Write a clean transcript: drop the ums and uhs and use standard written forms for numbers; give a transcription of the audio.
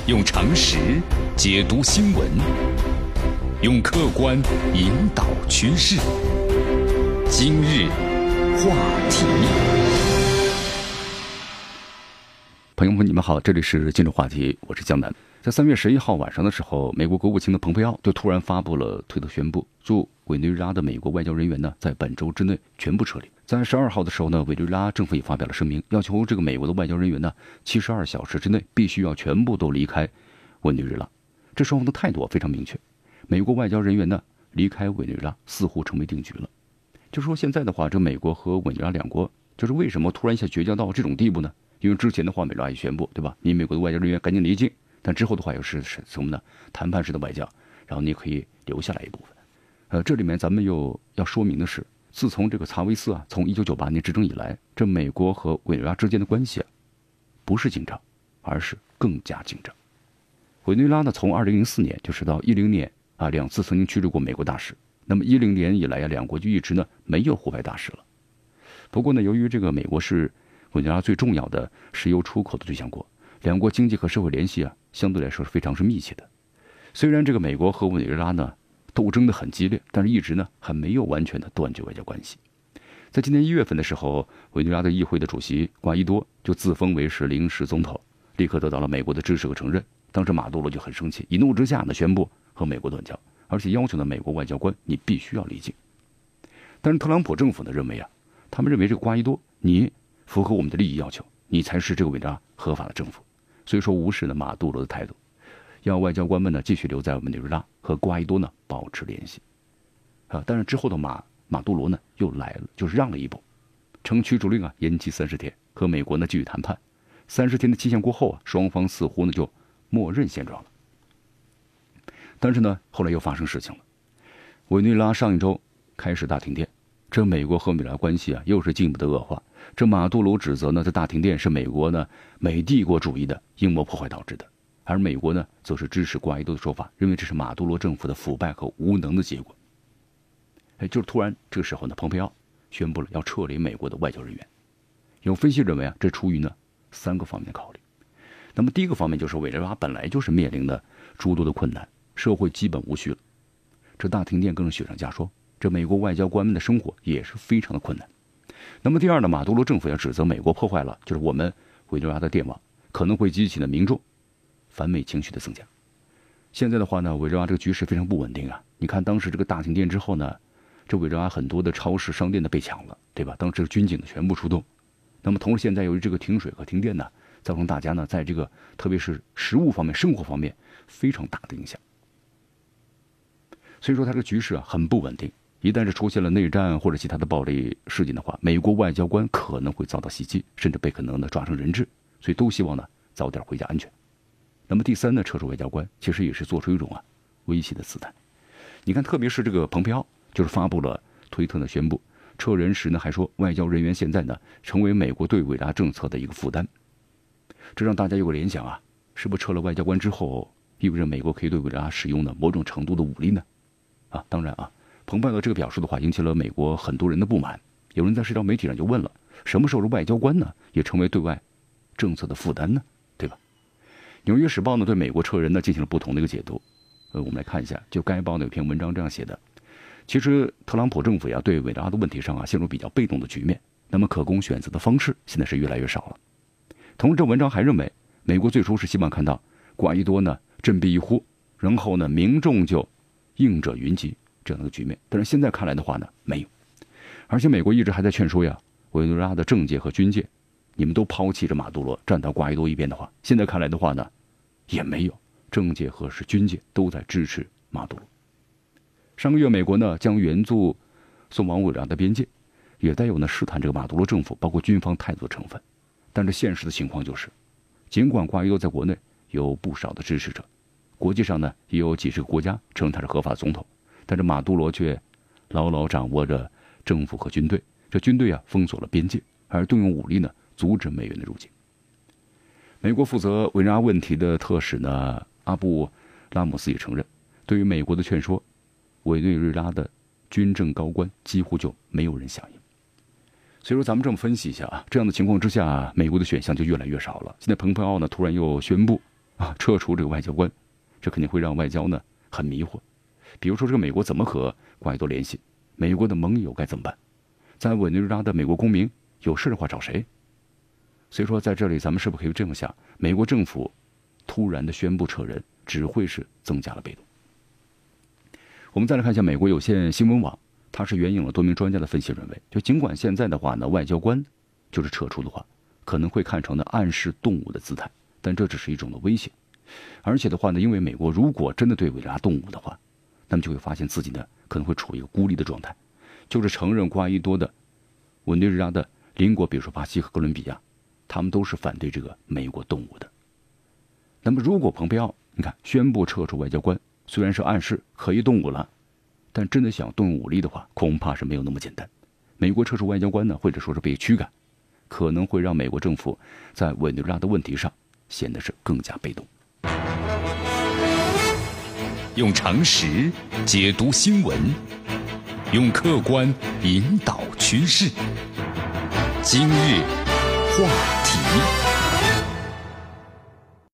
用常识解读新闻，用客观引导趋势。今日话题。 朋友们，你们好，这里是今日话题，我是江南。在3月11号晚上的时候，美国国务卿的蓬佩奥就突然发布了推特宣布，驻委内瑞拉的美国外交人员呢，在本周之内全部撤离。在12号的时候呢，委内瑞拉政府也发表了声明，要求这个美国的外交人员呢，72小时之内必须要全部都离开委内瑞拉。这双方的态度非常明确，美国外交人员呢离开委内瑞拉似乎成为定局了。就是说现在的话，这美国和委内瑞拉两国就是为什么突然一下绝交到这种地步呢？因为之前的话，美国也宣布，对吧？你美国的外交人员赶紧离境，但之后的话又是什么呢？谈判式的外交，然后你可以留下来一部分。这里面咱们又要说明的是，自从这个查韦斯从1998年执政以来，这美国和委内瑞拉之间的关系不是紧张，而是更加紧张。委内瑞拉呢，从2004年就是到10年2次曾经驱逐过美国大使。那么10年以来两国就一直呢没有互派大使了。不过呢，由于这个美国是委内瑞拉最重要的石油出口的对象国，两国经济和社会联系相对来说是非常密切的。虽然这个美国和委内瑞拉呢斗争的很激烈，但是一直呢还没有完全的断绝外交关系。在今年1月份的时候，委内瑞拉的议会的主席瓜伊多就自封为是临时总统，立刻得到了美国的支持和承认。当时马杜罗就很生气，一怒之下呢宣布和美国断交，而且要求呢美国外交官你必须要离境。但是特朗普政府呢认为他们认为这个瓜伊多你符合我们的利益要求，你才是这个委内瑞拉合法的政府，所以说无视了马杜罗的态度，要外交官们呢继续留在委内瑞拉和瓜伊多呢保持联系。但是之后的马杜罗呢又来了，就是让了一步，称驱逐令延期30天，和美国呢继续谈判。30天的期限过后双方似乎呢就默认现状了。但是呢后来又发生事情了，委内瑞拉上一周开始大停电，这美国和委内瑞拉关系又是进一步的恶化。这马杜罗指责呢，这大停电是美国呢美帝国主义的阴谋破坏导致的，而美国呢则是支持瓜伊多的说法，认为这是马杜罗政府的腐败和无能的结果。就是突然这个时候呢，蓬佩奥宣布了要撤离美国的外交人员。有分析认为这出于呢3个方面的考虑。那么第一个方面就是委内瑞拉本来就是面临的诸多的困难，社会基本无序了，这大停电更是雪上加霜，这美国外交官们的生活也是非常的困难。那么第二呢，马杜罗政府要指责美国破坏了就是我们委内瑞拉的电网，可能会激起呢民众反美情绪的增加。现在的话呢，委内瑞拉这个局势非常不稳定你看当时这个大停电之后呢，这委内瑞拉很多的超市商店呢被抢了，对吧？当时军警呢全部出动。那么同时现在由于这个停水和停电呢，造成大家呢在这个特别是食物方面生活方面非常大的影响。所以说它这个局势很不稳定，一旦是出现了内战或者其他的暴力事件的话，美国外交官可能会遭到袭击，甚至被可能的抓成人质，所以都希望呢早点回家安全。那么第三呢，撤出外交官其实也是做出一种威胁的姿态。你看特别是这个蓬佩奥就是发布了推特呢宣布撤人时呢还说外交人员现在呢成为美国对委内瑞拉政策的一个负担。这让大家有个联想是不是撤了外交官之后意味着美国可以对委内瑞拉使用呢某种程度的武力呢？当然蓬佩奥的这个表述的话引起了美国很多人的不满，有人在社交媒体上就问了，什么时候外交官呢也成为对外政策的负担呢？对吧？纽约时报呢对美国撤人呢进行了不同的一个解读。我们来看一下，就该报呢有篇文章这样写的，其实特朗普政府对委内瑞拉的问题上陷入比较被动的局面，那么可供选择的方式现在是越来越少了。同时这文章还认为，美国最初是希望看到瓜伊多呢振臂一呼，然后呢民众就应者云集这样的局面，但是现在看来的话呢没有。而且美国一直还在劝说委内瑞拉的政界和军界，你们都抛弃着马杜罗站到瓜伊多一边的话，现在看来的话呢也没有，政界和是军界都在支持马杜罗。上个月美国呢将援助送往委内瑞拉的边界，也带有呢试探这个马杜罗政府包括军方态度的成分。但是现实的情况就是，尽管瓜伊多在国内有不少的支持者，国际上呢也有几十个国家称他是合法总统，但是马杜罗却牢牢掌握着政府和军队，这军队封锁了边界，而动用武力呢阻止美元的入境。美国负责委内瑞拉问题的特使呢阿布拉姆斯也承认，对于美国的劝说，委内瑞拉的军政高官几乎就没有人响应。所以说咱们这么分析一下这样的情况之下，美国的选项就越来越少了。现在蓬佩奥呢突然又宣布撤除这个外交官，这肯定会让外交呢很迷惑。比如说这个美国怎么和瓜伊多联系？美国的盟友该怎么办？在委内瑞拉的美国公民有事的话找谁？所以说在这里咱们是不是可以这么想，美国政府突然的宣布撤人，只会是增加了被动。我们再来看一下美国有线新闻网，它是援引了多名专家的分析，认为就尽管现在的话呢，外交官就是撤出的话，可能会看成呢暗示动武的姿态，但这只是一种的威胁。而且的话呢，因为美国如果真的对委内瑞拉动武的话，那么就会发现自己呢可能会处于一个孤立的状态，就是承认瓜伊多的委内瑞拉的邻国，比如说巴西和哥伦比亚，他们都是反对这个美国动武的。那么如果蓬佩奥你看宣布撤出外交官，虽然是暗示可以动武了，但真的想动用武力的话，恐怕是没有那么简单。美国撤出外交官呢，或者说是被驱赶，可能会让美国政府在委内瑞拉的问题上显得是更加被动。 用常识解读新闻，用客观引导趋势。今日话题。